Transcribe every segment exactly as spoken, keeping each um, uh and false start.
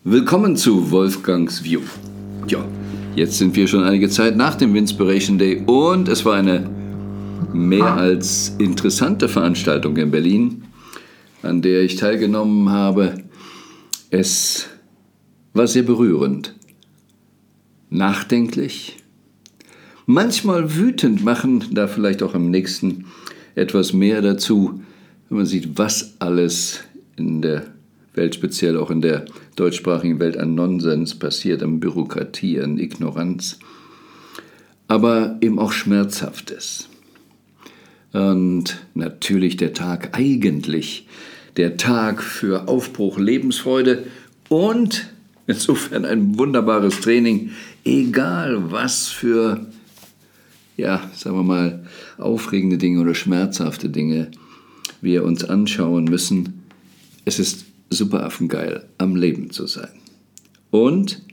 Willkommen zu Wolfgangs View. Ja, jetzt sind wir schon einige Zeit nach dem Winspiration Day und es war eine mehr als interessante Veranstaltung in Berlin, an der ich teilgenommen habe. Es war sehr berührend, nachdenklich, manchmal wütend, machen da vielleicht auch am nächsten etwas mehr dazu, wenn man sieht, was alles in der Welt, speziell auch in der deutschsprachigen Welt, an Nonsens passiert, an Bürokratie, an Ignoranz, aber eben auch Schmerzhaftes. Und natürlich der Tag eigentlich, der Tag für Aufbruch, Lebensfreude und insofern ein wunderbares Training, egal was für, ja, sagen wir mal, aufregende Dinge oder schmerzhafte Dinge wir uns anschauen müssen. Es ist super affengeil, am Leben zu sein. Und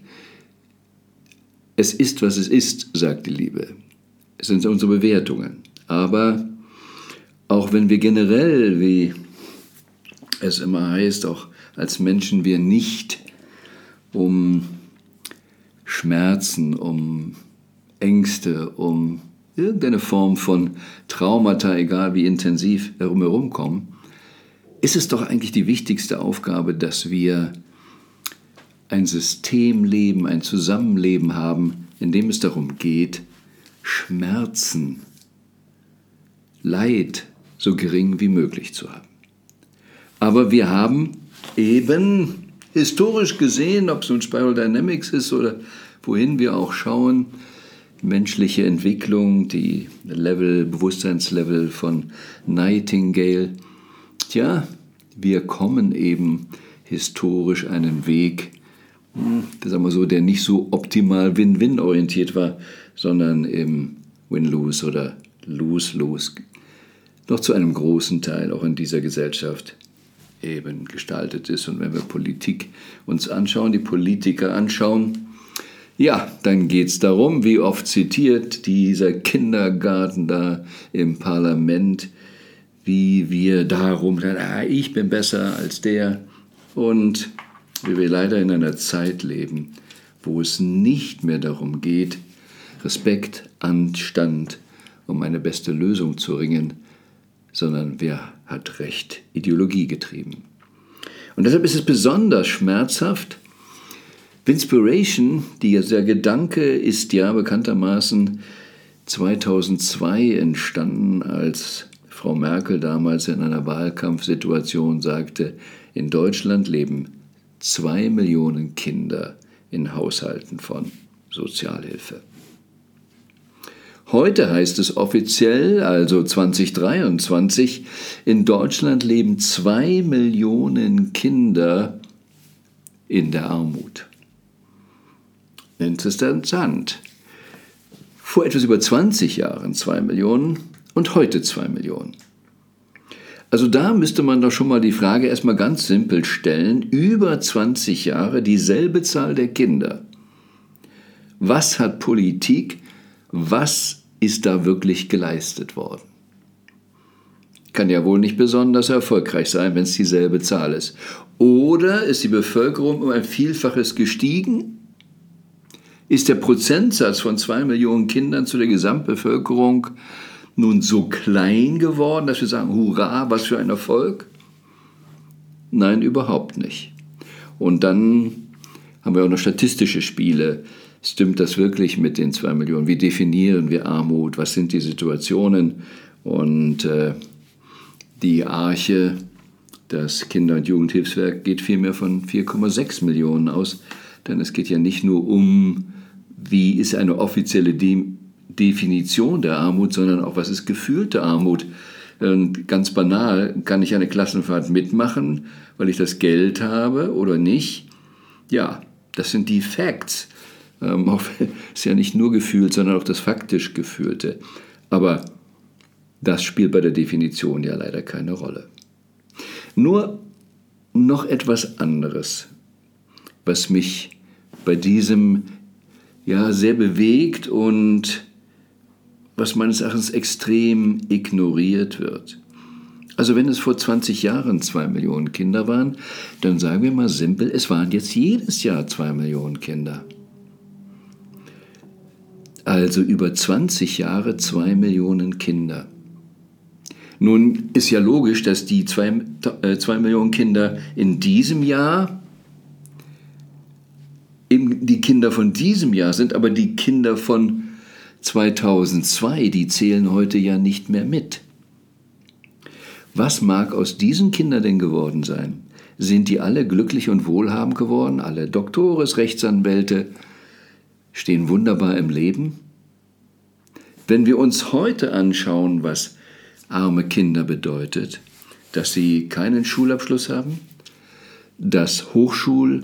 es ist, was es ist, sagt die Liebe. Es sind unsere Bewertungen. Aber auch wenn wir generell, wie es immer heißt, auch als Menschen wir nicht um Schmerzen, um Ängste, um irgendeine Form von Traumata, egal wie intensiv, herumherum kommen, ist es doch eigentlich die wichtigste Aufgabe, dass wir ein Systemleben, ein Zusammenleben haben, in dem es darum geht, Schmerzen, Leid so gering wie möglich zu haben. Aber wir haben eben historisch gesehen, ob es nun Spiral Dynamics ist oder wohin wir auch schauen, menschliche Entwicklung, die Level, Bewusstseinslevel von Nightingale. Tja, wir kommen eben historisch einen Weg, sagen wir so, der nicht so optimal Win-Win orientiert war, sondern im Win-Lose oder Lose-Lose noch zu einem großen Teil auch in dieser Gesellschaft eben gestaltet ist. Und wenn wir Politik uns anschauen, die Politiker anschauen, ja, dann geht es darum, wie oft zitiert dieser Kindergarten da im Parlament, wie wir darum, ah, ich bin besser als der, und wie wir leider in einer Zeit leben, wo es nicht mehr darum geht, Respekt, Anstand, um eine beste Lösung zu ringen, sondern wer hat Recht, Ideologie getrieben. Und deshalb ist es besonders schmerzhaft. Winspiration, der Gedanke ist ja bekanntermaßen zweitausendzwei entstanden, als Frau Merkel damals in einer Wahlkampfsituation sagte, in Deutschland leben zwei Millionen Kinder in Haushalten von Sozialhilfe. Heute heißt es offiziell, also zwanzig dreiundzwanzig, in Deutschland leben zwei Millionen Kinder in der Armut. Interessant. Vor etwas über zwanzig Jahren zwei Millionen und heute zwei Millionen. Also da müsste man doch schon mal die Frage erstmal ganz simpel stellen, über zwanzig Jahre dieselbe Zahl der Kinder. Was hat Politik, was ist da wirklich geleistet worden? Kann ja wohl nicht besonders erfolgreich sein, wenn es dieselbe Zahl ist. Oder ist die Bevölkerung um ein Vielfaches gestiegen? Ist der Prozentsatz von zwei Millionen Kindern zu der Gesamtbevölkerung nun so klein geworden, dass wir sagen, hurra, was für ein Erfolg? Nein, überhaupt nicht. Und dann haben wir auch noch statistische Spiele. Stimmt das wirklich mit den zwei Millionen? Wie definieren wir Armut? Was sind die Situationen? Und äh, die Arche, das Kinder- und Jugendhilfswerk, geht vielmehr von vier Komma sechs Millionen aus. Denn es geht ja nicht nur um, wie ist eine offizielle De- Definition der Armut, sondern auch, was ist gefühlte Armut. Und ganz banal, kann ich eine Klassenfahrt mitmachen, weil ich das Geld habe oder nicht? Ja, das sind die Facts. Ähm, auch, ist ja nicht nur gefühlt, sondern auch das faktisch Gefühlte. Aber das spielt bei der Definition ja leider keine Rolle. Nur noch etwas anderes, was mich bei diesem ja sehr bewegt und was meines Erachtens extrem ignoriert wird. Also wenn es vor zwanzig Jahren zwei Millionen Kinder waren, dann sagen wir mal simpel, es waren jetzt jedes Jahr zwei Millionen Kinder. Also über zwanzig Jahre zwei Millionen Kinder. Nun ist ja logisch, dass die zwei, äh, zwei Millionen Kinder in diesem Jahr eben die Kinder von diesem Jahr sind, aber die Kinder von zweitausendzwei, die zählen heute ja nicht mehr mit. Was mag aus diesen Kindern denn geworden sein? Sind die alle glücklich und wohlhabend geworden? Alle Doktores, Rechtsanwälte stehen wunderbar im Leben? Wenn wir uns heute anschauen, was arme Kinder bedeutet, dass sie keinen Schulabschluss haben, dass Hochschul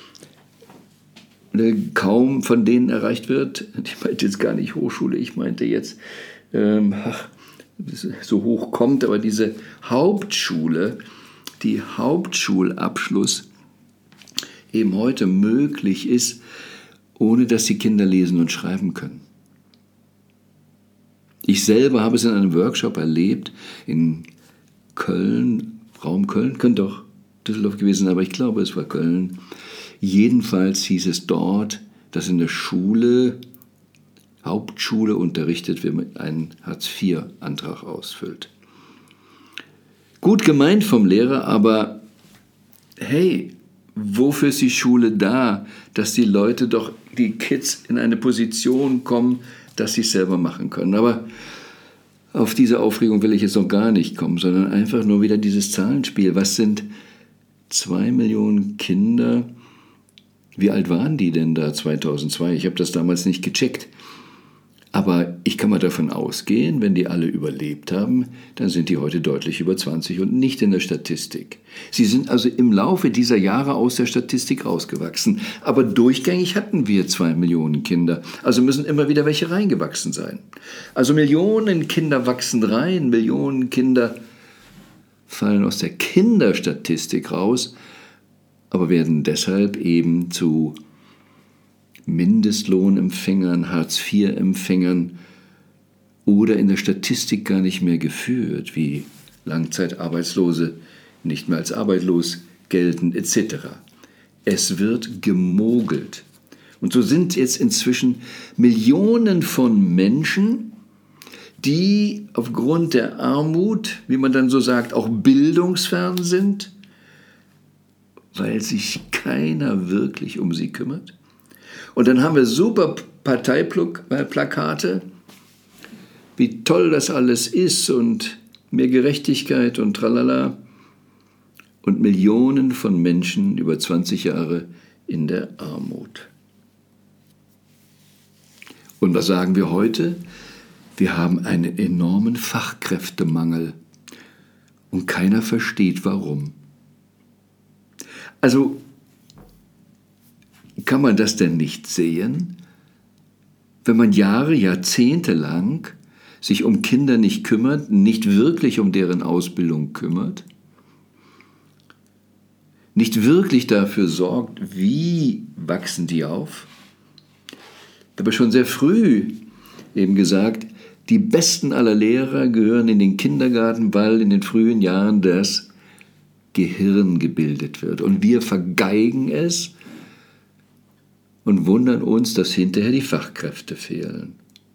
kaum von denen erreicht wird. Ich meinte jetzt gar nicht Hochschule, ich meinte jetzt, ähm, ach, so hoch kommt, aber diese Hauptschule, die Hauptschulabschluss eben heute möglich ist, ohne dass die Kinder lesen und schreiben können. Ich selber habe es in einem Workshop erlebt, in Köln, Raum Köln, könnte doch Düsseldorf gewesen sein, aber ich glaube, es war Köln. Jedenfalls hieß es dort, dass in der Schule, Hauptschule unterrichtet wird, mit einem Hartz vier Antrag ausfüllt. Gut gemeint vom Lehrer, aber hey, wofür ist die Schule da, dass die Leute doch, die Kids in eine Position kommen, dass sie es selber machen können. Aber auf diese Aufregung will ich jetzt noch gar nicht kommen, sondern einfach nur wieder dieses Zahlenspiel. Was sind zwei Millionen Kinder? Wie alt waren die denn da zweitausendzwei? Ich habe das damals nicht gecheckt. Aber ich kann mal davon ausgehen, wenn die alle überlebt haben, dann sind die heute deutlich über zwanzig und nicht in der Statistik. Sie sind also im Laufe dieser Jahre aus der Statistik rausgewachsen. Aber durchgängig hatten wir zwei Millionen Kinder. Also müssen immer wieder welche reingewachsen sein. Also Millionen Kinder wachsen rein, Millionen Kinder fallen aus der Kinderstatistik raus, aber werden deshalb eben zu Mindestlohnempfängern, Hartz vier Empfängern oder in der Statistik gar nicht mehr geführt, wie Langzeitarbeitslose nicht mehr als arbeitslos gelten et cetera. Es wird gemogelt. Und so sind jetzt inzwischen Millionen von Menschen, die aufgrund der Armut, wie man dann so sagt, auch bildungsfern sind, weil sich keiner wirklich um sie kümmert. Und dann haben wir super Parteiplakate, wie toll das alles ist und mehr Gerechtigkeit und tralala. Und Millionen von Menschen über zwanzig Jahre in der Armut. Und was sagen wir heute? Wir haben einen enormen Fachkräftemangel und keiner versteht, warum. Also, kann man das denn nicht sehen? Wenn man Jahre, Jahrzehnte lang sich um Kinder nicht kümmert, nicht wirklich um deren Ausbildung kümmert, nicht wirklich dafür sorgt, wie wachsen die auf? Ich habe schon sehr früh eben gesagt, die besten aller Lehrer gehören in den Kindergarten, weil in den frühen Jahren das Gehirn gebildet wird. Und wir vergeigen es und wundern uns, dass hinterher die Fachkräfte fehlen.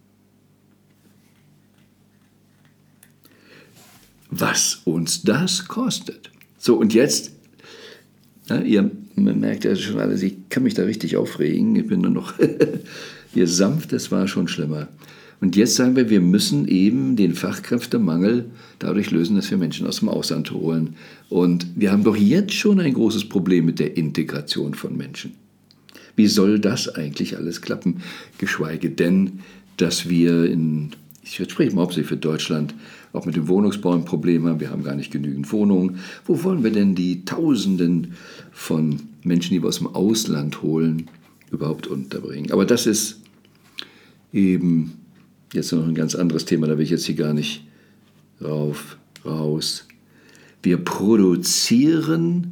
Was uns das kostet. So, und jetzt, na, ihr merkt ja schon alles, ich kann mich da richtig aufregen, ich bin nur noch hier sanft, das war schon schlimmer. Und jetzt sagen wir, wir müssen eben den Fachkräftemangel dadurch lösen, dass wir Menschen aus dem Ausland holen. Und wir haben doch jetzt schon ein großes Problem mit der Integration von Menschen. Wie soll das eigentlich alles klappen? Geschweige denn, dass wir in, ich spreche mal hauptsächlich für Deutschland, auch mit dem Wohnungsbau ein Problem haben. Wir haben gar nicht genügend Wohnungen. Wo wollen wir denn die Tausenden von Menschen, die wir aus dem Ausland holen, überhaupt unterbringen? Aber das ist eben jetzt noch ein ganz anderes Thema, da will ich jetzt hier gar nicht rauf, raus. Wir produzieren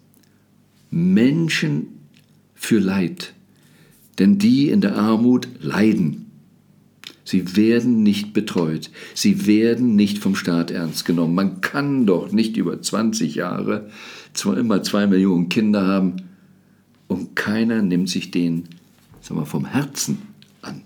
Menschen für Leid, denn die in der Armut leiden. Sie werden nicht betreut. Sie werden nicht vom Staat ernst genommen. Man kann doch nicht über zwanzig Jahre zwar immer zwei Millionen Kinder haben und keiner nimmt sich den, sagen wir, vom Herzen an.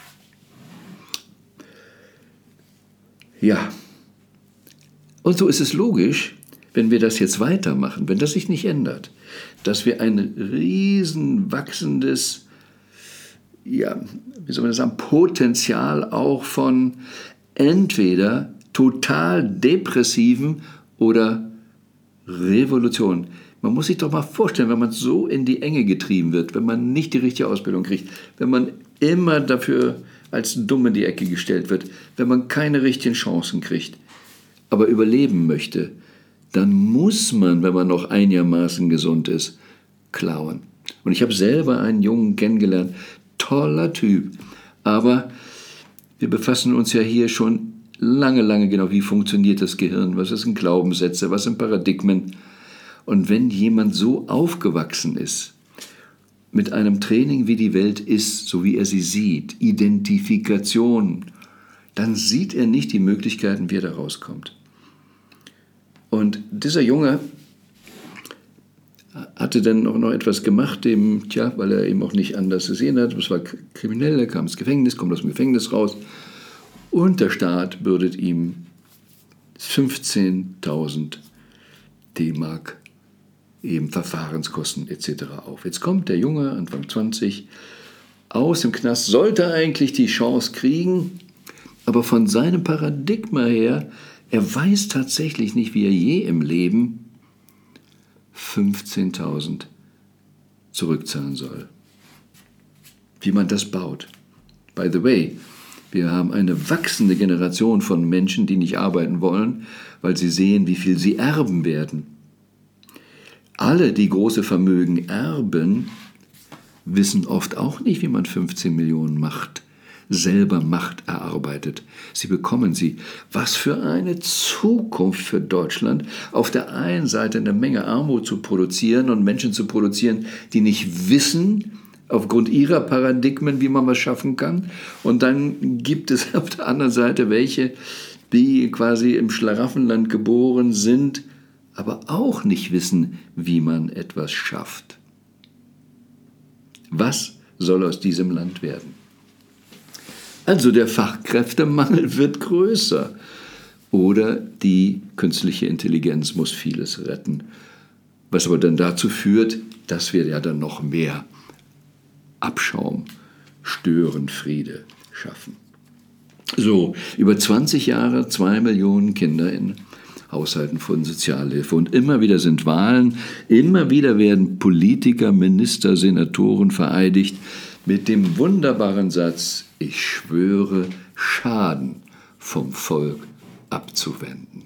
Ja, und so ist es logisch, wenn wir das jetzt weitermachen, wenn das sich nicht ändert, dass wir ein riesen wachsendes, ja, wie soll man das sagen, Potenzial auch von entweder total depressiven oder Revolution. Man muss sich doch mal vorstellen, wenn man so in die Enge getrieben wird, wenn man nicht die richtige Ausbildung kriegt, wenn man immer dafür als dumm in die Ecke gestellt wird, wenn man keine richtigen Chancen kriegt, aber überleben möchte, dann muss man, wenn man noch einigermaßen gesund ist, klauen. Und ich habe selber einen Jungen kennengelernt, toller Typ, aber wir befassen uns ja hier schon lange, lange genau, wie funktioniert das Gehirn, was sind Glaubenssätze, was sind Paradigmen. Und wenn jemand so aufgewachsen ist, mit einem Training, wie die Welt ist, so wie er sie sieht, Identifikation, dann sieht er nicht die Möglichkeiten, wie er da rauskommt. Und dieser Junge hatte dann auch noch etwas gemacht, dem, tja, weil er eben auch nicht anders gesehen hat, es war kriminell, er kam ins Gefängnis, kommt aus dem Gefängnis raus und der Staat bürdet ihm fünfzehntausend D-Mark eben Verfahrenskosten et cetera auf. Jetzt kommt der Junge, Anfang zwanzig, aus dem Knast, sollte eigentlich die Chance kriegen, aber von seinem Paradigma her, er weiß tatsächlich nicht, wie er je im Leben fünfzehntausend zurückzahlen soll. Wie man das baut. By the way, wir haben eine wachsende Generation von Menschen, die nicht arbeiten wollen, weil sie sehen, wie viel sie erben werden. Alle, die große Vermögen erben, wissen oft auch nicht, wie man fünfzehn Millionen macht, selber Macht erarbeitet. Sie bekommen sie. Was für eine Zukunft für Deutschland, auf der einen Seite eine Menge Armut zu produzieren und Menschen zu produzieren, die nicht wissen, aufgrund ihrer Paradigmen, wie man was schaffen kann. Und dann gibt es auf der anderen Seite welche, die quasi im Schlaraffenland geboren sind, aber auch nicht wissen, wie man etwas schafft. Was soll aus diesem Land werden? Also der Fachkräftemangel wird größer. Oder die künstliche Intelligenz muss vieles retten. Was aber dann dazu führt, dass wir ja dann noch mehr Abschaum, Störenfriede schaffen. So, über zwanzig Jahre, zwei Millionen Kinder in Haushalten von Sozialhilfe. Und immer wieder sind Wahlen, immer wieder werden Politiker, Minister, Senatoren vereidigt mit dem wunderbaren Satz, ich schwöre, Schaden vom Volk abzuwenden.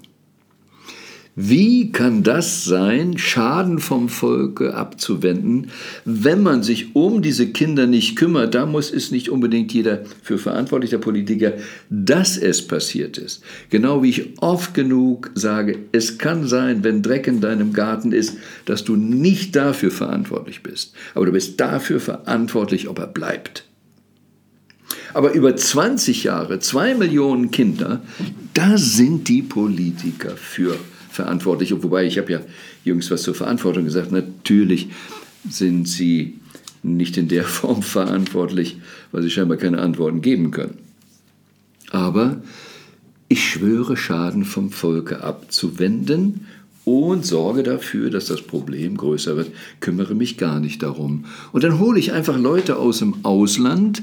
Wie kann das sein, Schaden vom Volke abzuwenden, wenn man sich um diese Kinder nicht kümmert? Da muss es nicht unbedingt jeder für verantwortlich, der Politiker, dass es passiert ist. Genau wie ich oft genug sage, es kann sein, wenn Dreck in deinem Garten ist, dass du nicht dafür verantwortlich bist. Aber du bist dafür verantwortlich, ob er bleibt. Aber über zwanzig Jahre, zwei Millionen Kinder, da sind die Politiker für verantwortlich. Wobei, ich habe ja jüngst was zur Verantwortung gesagt, natürlich sind sie nicht in der Form verantwortlich, weil sie scheinbar keine Antworten geben können. Aber ich schwöre, Schaden vom Volke abzuwenden und sorge dafür, dass das Problem größer wird, kümmere mich gar nicht darum. Und dann hole ich einfach Leute aus dem Ausland.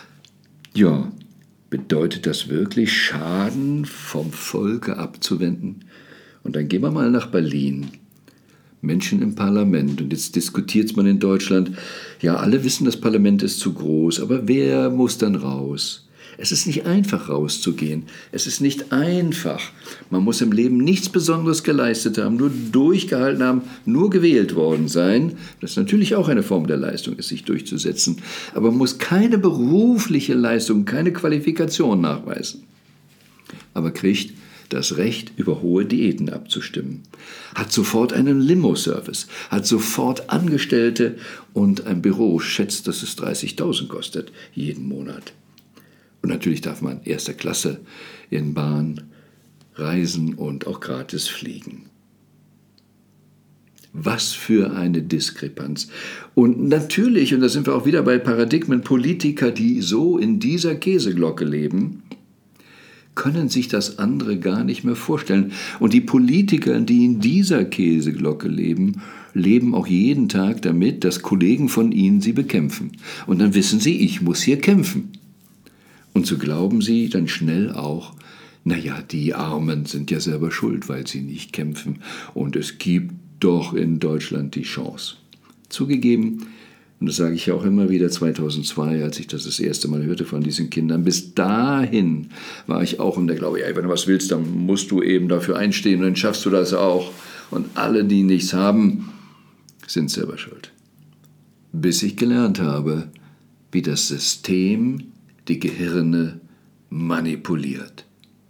Ja, bedeutet das wirklich, Schaden vom Volke abzuwenden? Und dann gehen wir mal nach Berlin. Menschen im Parlament. Und jetzt diskutiert man in Deutschland, ja, alle wissen, das Parlament ist zu groß, aber wer muss dann raus? Es ist nicht einfach rauszugehen. Es ist nicht einfach. Man muss im Leben nichts Besonderes geleistet haben, nur durchgehalten haben, nur gewählt worden sein. Das ist natürlich auch eine Form der Leistung, es sich durchzusetzen. Aber man muss keine berufliche Leistung, keine Qualifikation nachweisen. Aber kriegt das Recht, über hohe Diäten abzustimmen, hat sofort einen Limo-Service, hat sofort Angestellte und ein Büro schätzt, dass es dreißigtausend kostet jeden Monat. Und natürlich darf man erster Klasse in Bahn reisen und auch gratis fliegen. Was für eine Diskrepanz. Und natürlich, und da sind wir auch wieder bei Paradigmen, Politiker, die so in dieser Käseglocke leben, können sich das andere gar nicht mehr vorstellen. Und die Politiker, die in dieser Käseglocke leben, leben auch jeden Tag damit, dass Kollegen von ihnen sie bekämpfen. Und dann wissen sie, ich muss hier kämpfen. Und so glauben sie dann schnell auch, naja, die Armen sind ja selber schuld, weil sie nicht kämpfen. Und es gibt doch in Deutschland die Chance. Zugegeben, und das sage ich ja auch immer wieder, zweitausendzwei, als ich das das erste Mal hörte von diesen Kindern, bis dahin war ich auch in der Glaube, ja, wenn du was willst, dann musst du eben dafür einstehen und dann schaffst du das auch. Und alle, die nichts haben, sind selber schuld. Bis ich gelernt habe, wie das System die Gehirne manipuliert.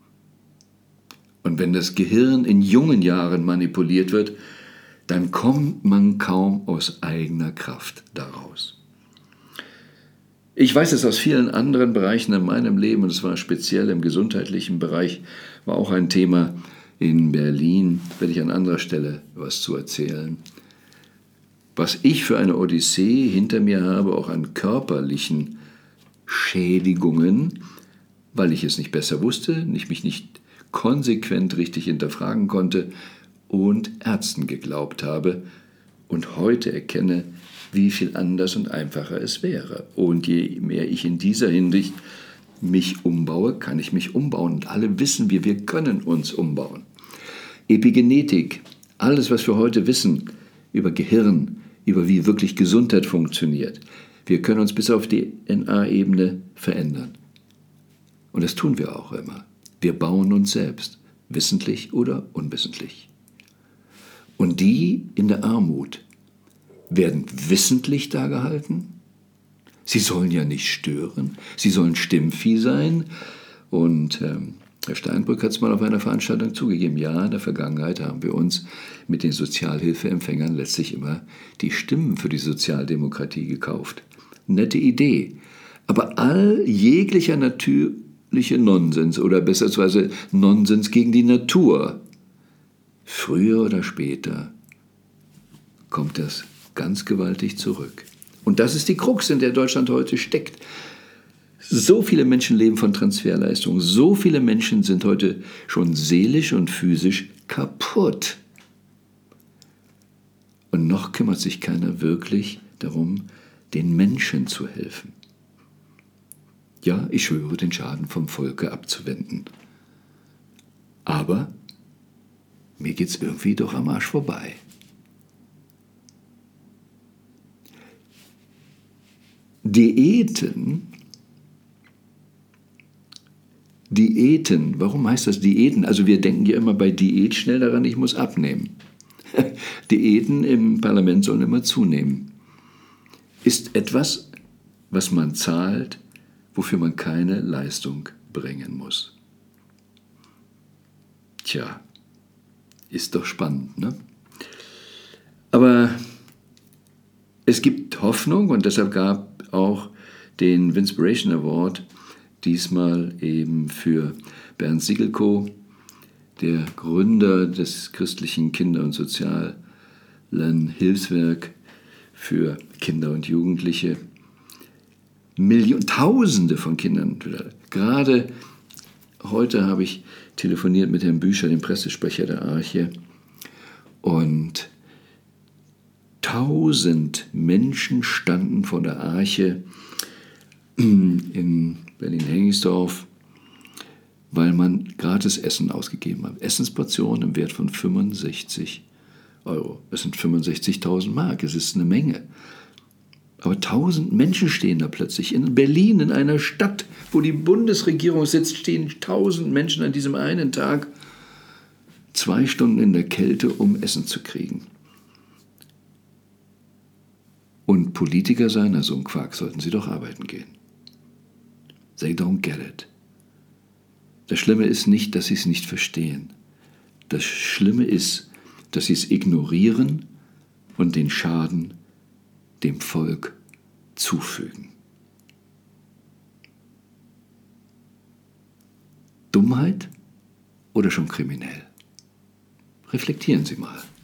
Und wenn das Gehirn in jungen Jahren manipuliert wird, dann kommt man kaum aus eigener Kraft daraus. Ich weiß es aus vielen anderen Bereichen in meinem Leben, und es war speziell im gesundheitlichen Bereich, war auch ein Thema in Berlin, werde ich an anderer Stelle was zu erzählen. Was ich für eine Odyssee hinter mir habe, auch an körperlichen Schädigungen, weil ich es nicht besser wusste, ich mich nicht konsequent richtig hinterfragen konnte und Ärzten geglaubt habe und heute erkenne, wie viel anders und einfacher es wäre. Und je mehr ich in dieser Hinsicht mich umbaue, kann ich mich umbauen. Und alle wissen wir, wir können uns umbauen. Epigenetik, alles, was wir heute wissen über Gehirn, über wie wirklich Gesundheit funktioniert, wir können uns bis auf die D N A-Ebene verändern. Und das tun wir auch immer. Wir bauen uns selbst, wissentlich oder unwissentlich. Und die in der Armut werden wissentlich da gehalten. Sie sollen ja nicht stören, sie sollen Stimmvieh sein. Und ähm, Herr Steinbrück hat es mal auf einer Veranstaltung zugegeben, ja, in der Vergangenheit haben wir uns mit den Sozialhilfeempfängern letztlich immer die Stimmen für die Sozialdemokratie gekauft. Nette Idee, aber all jeglicher natürliche Nonsens oder besser Nonsens gegen die Natur, früher oder später kommt das ganz gewaltig zurück. Und das ist die Krux, in der Deutschland heute steckt. So viele Menschen leben von Transferleistungen, so viele Menschen sind heute schon seelisch und physisch kaputt. Und noch kümmert sich keiner wirklich darum, den Menschen zu helfen. Ja, ich schwöre, den Schaden vom Volke abzuwenden. Aber mir geht's irgendwie doch am Arsch vorbei. Diäten, Diäten, warum heißt das Diäten? Also wir denken ja immer bei Diät schnell daran, ich muss abnehmen. Diäten im Parlament sollen immer zunehmen. Ist etwas, was man zahlt, wofür man keine Leistung bringen muss. Tja, ist doch spannend, ne? Aber es gibt Hoffnung und deshalb gab auch den Vinspiration Award diesmal eben für Bernd Siegelko, der Gründer des christlichen Kinder- und sozialen Hilfswerk für Kinder und Jugendliche. Millionen, Tausende von Kindern. Gerade heute habe ich telefoniert mit Herrn Büscher, dem Pressesprecher der Arche, und tausend Menschen standen vor der Arche in Berlin-Hennigsdorf, weil man gratis Essen ausgegeben hat. Essensportionen im Wert von fünfundsechzig Euro. Das sind fünfundsechzigtausend Mark, es ist eine Menge. Aber tausend Menschen stehen da plötzlich. In Berlin, in einer Stadt, wo die Bundesregierung sitzt, stehen tausend Menschen an diesem einen Tag zwei Stunden in der Kälte, um Essen zu kriegen. Und Politiker sein, na so ein Quark, sollten sie doch arbeiten gehen. They don't get it. Das Schlimme ist nicht, dass sie es nicht verstehen. Das Schlimme ist, dass sie es ignorieren und den Schaden dem Volk zufügen. Dummheit oder schon kriminell? Reflektieren Sie mal.